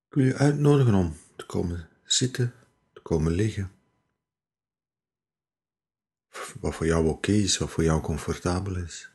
Ik wil je uitnodigen om te komen zitten, te komen liggen. Wat voor jou oké is, wat voor jou comfortabel is.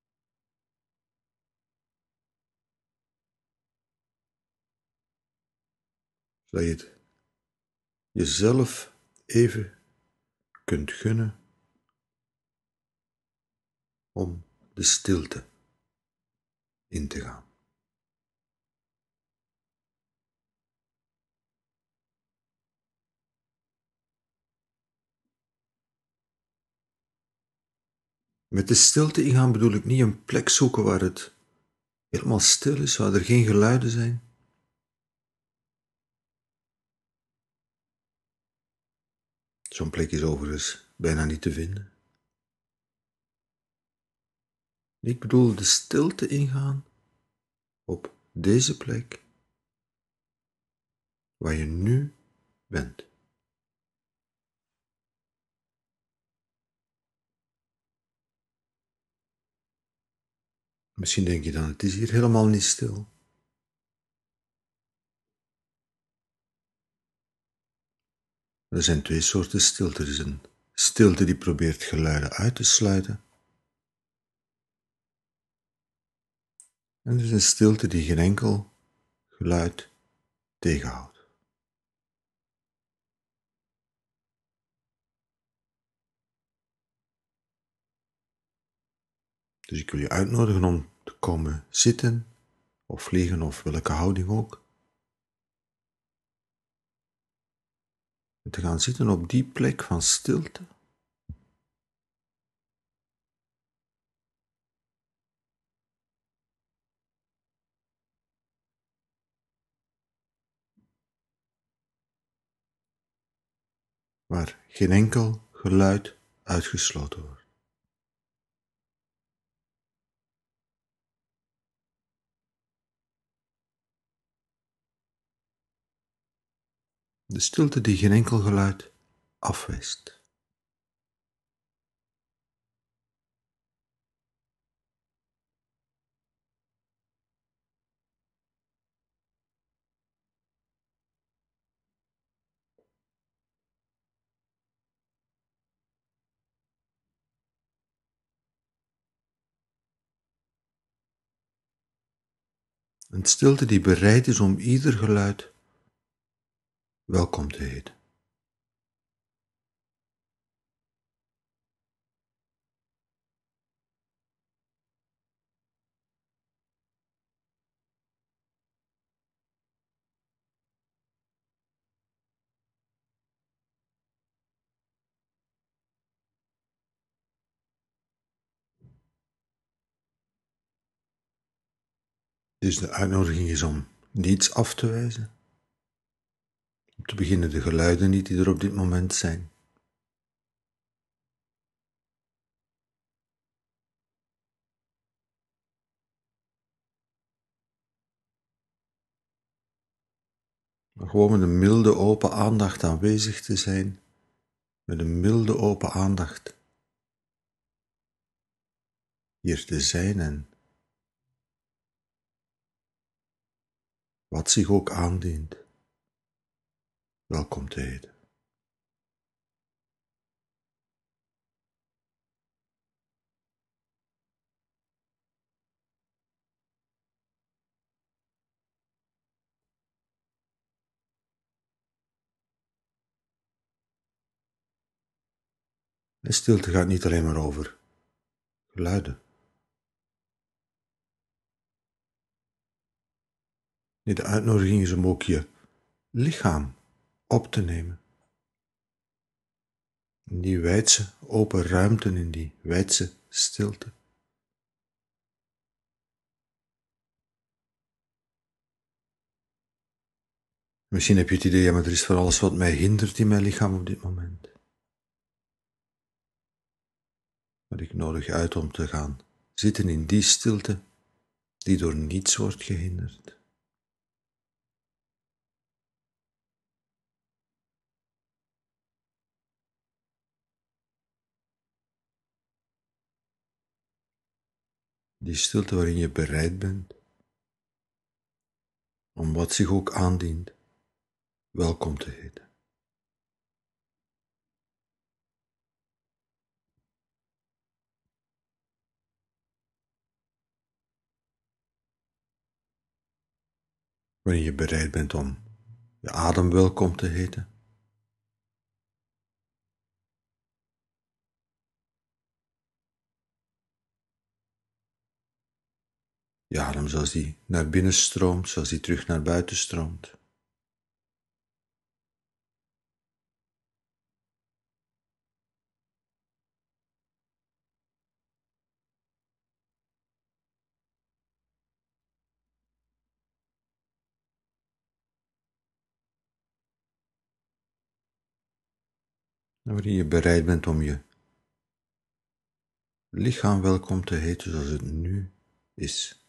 Zodat je het jezelf even kunt gunnen om de stilte in te gaan. Met de stilte ingaan bedoel ik niet een plek zoeken waar het helemaal stil is, waar er geen geluiden zijn. Zo'n plek is overigens bijna niet te vinden. Ik bedoel de stilte ingaan op deze plek waar je nu bent. Misschien denk je dan, het is hier helemaal niet stil. Er zijn twee soorten stilte. Er is een stilte die probeert geluiden uit te sluiten. En er is een stilte die geen enkel geluid tegenhoudt. Dus ik wil je uitnodigen om te komen zitten of liggen of welke houding ook. En te gaan zitten op die plek van stilte. Waar geen enkel geluid uitgesloten wordt. De stilte die geen enkel geluid afwijst. Een stilte die bereid is om ieder geluid welkom te heten. Dus de uitnodiging is om niets af te wijzen. Om te beginnen de geluiden niet die er op dit moment zijn. Maar gewoon met een milde open aandacht aanwezig te zijn. Met een milde open aandacht hier te zijn en wat zich ook aandient, welkom te heten. En stilte gaat niet alleen maar over geluiden. Nee, de uitnodiging is om ook je lichaam op te nemen. In die wijdse open ruimten, in die wijdse stilte. Misschien heb je het idee, ja, maar er is van alles wat mij hindert in mijn lichaam op dit moment. Maar ik nodig je uit om te gaan zitten in die stilte die door niets wordt gehinderd. Die stilte waarin je bereid bent om wat zich ook aandient, welkom te heten. Wanneer je bereid bent om je adem welkom te heten, je adem zoals die naar binnen stroomt, zoals die terug naar buiten stroomt. En wanneer je bereid bent om je lichaam welkom te heten zoals het nu is.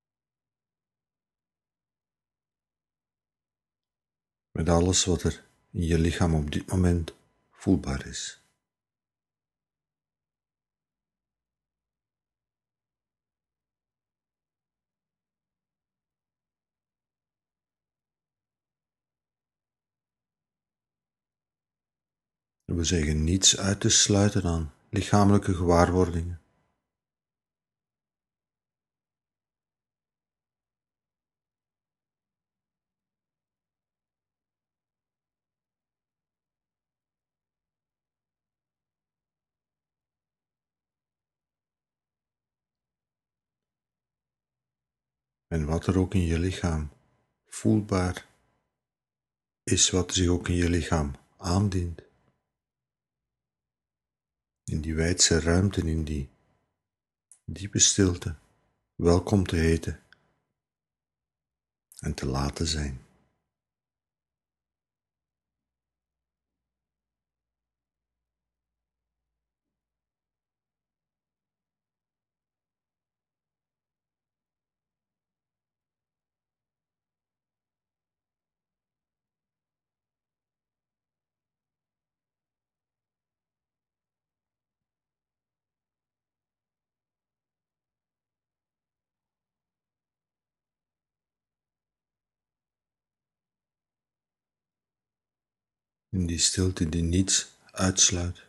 Met alles wat er in je lichaam op dit moment voelbaar is. En we zeggen niets uit te sluiten aan lichamelijke gewaarwordingen. En wat er ook in je lichaam voelbaar is, wat zich ook in je lichaam aandient. In die wijdse ruimte, in die diepe stilte, welkom te heten en te laten zijn. In die stilte die niets uitsluit.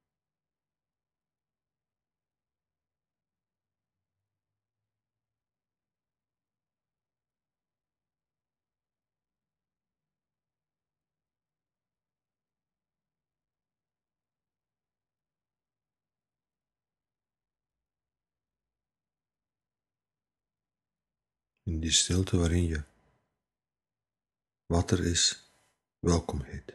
In die stilte waarin je wat er is, welkom heet.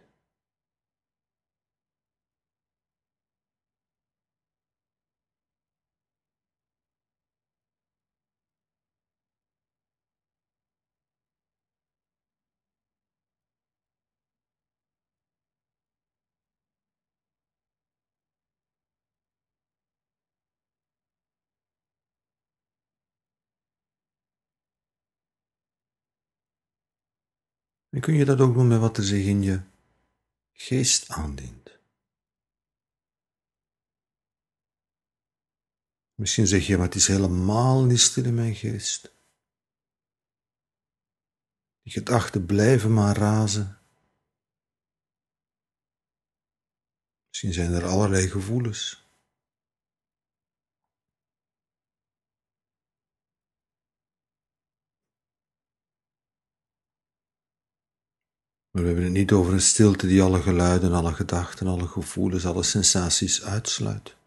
En kun je dat ook doen met wat er zich in je geest aandient. Misschien zeg je, maar het is helemaal niet stil in mijn geest. Die gedachten blijven maar razen. Misschien zijn er allerlei gevoelens. Maar we hebben het niet over een stilte die alle geluiden, alle gedachten, alle gevoelens, alle sensaties uitsluit.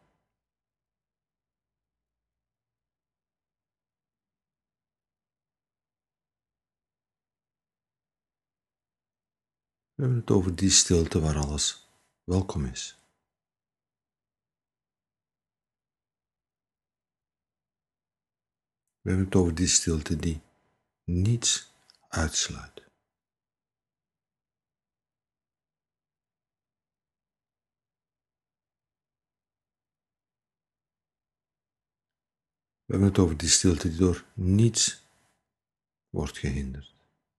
We hebben het over die stilte waar alles welkom is. We hebben het over die stilte die niets uitsluit. We hebben het over die stilte die door niets wordt gehinderd.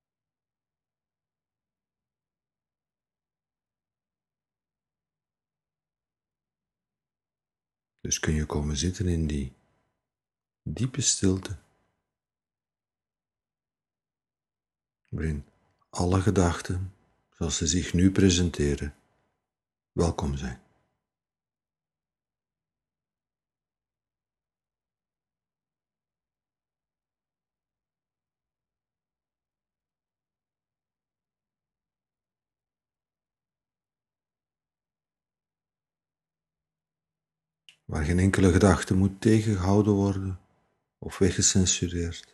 Dus kun je komen zitten in die diepe stilte. waarin alle gedachten, zoals ze zich nu presenteren, welkom zijn. Waar geen enkele gedachte moet tegengehouden worden of weggecensureerd.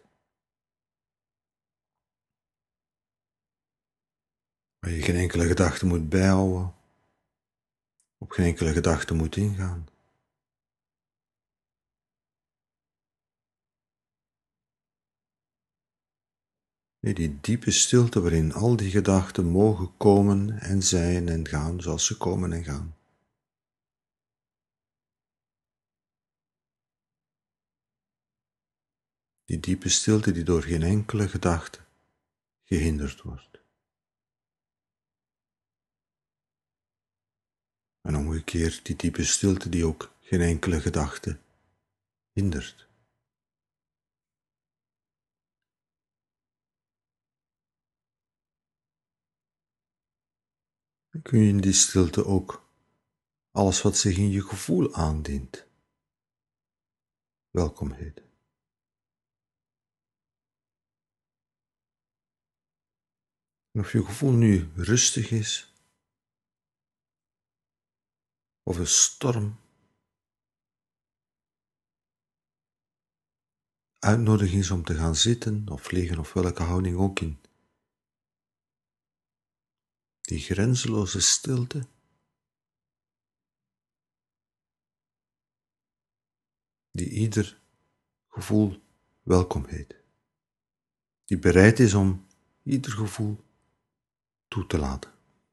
Waar je geen enkele gedachte moet bijhouden, op geen enkele gedachte moet ingaan. Nee, die diepe stilte waarin al die gedachten mogen komen en zijn en gaan zoals ze komen en gaan. Die diepe stilte die door geen enkele gedachte gehinderd wordt. En omgekeerd die diepe stilte die ook geen enkele gedachte hindert. Dan kun je in die stilte ook alles wat zich in je gevoel aandient, welkom heten. En of je gevoel nu rustig is, of een storm, uitnodiging is om te gaan zitten of liggen of welke houding ook in. Die grenzeloze stilte, die ieder gevoel welkom heet. Die bereid is om ieder gevoel toe te laten.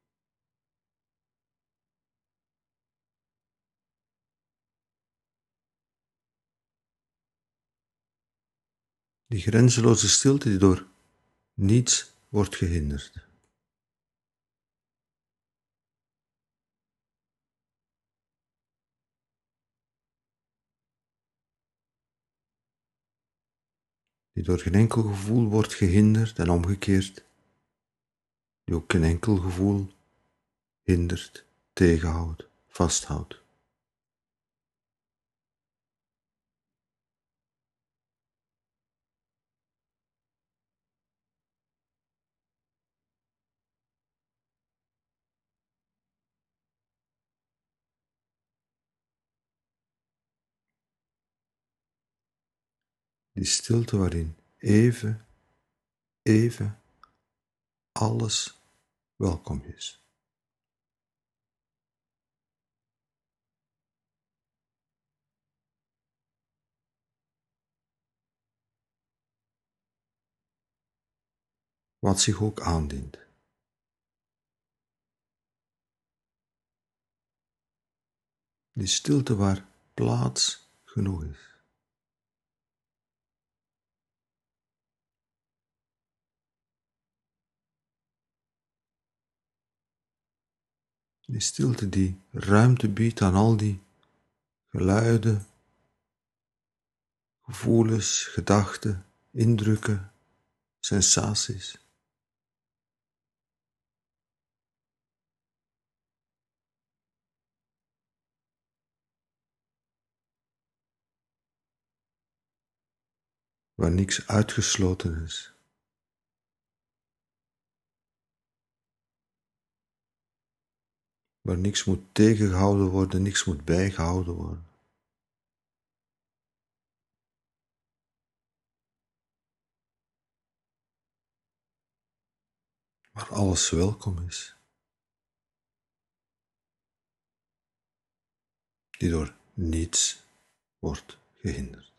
Die grenzeloze stilte die door niets wordt gehinderd. Die door geen enkel gevoel wordt gehinderd en omgekeerd, die ook geen enkel gevoel hindert, tegenhoudt, vasthoudt. Die stilte waarin even alles welkom is. Wat zich ook aandient. Die stilte waar plaats genoeg is. Die stilte die ruimte biedt aan al die geluiden, gevoelens, gedachten, indrukken, sensaties. Waar niks uitgesloten is. Waar niks moet tegengehouden worden, niks moet bijgehouden worden. Waar alles welkom is. Die door niets wordt gehinderd.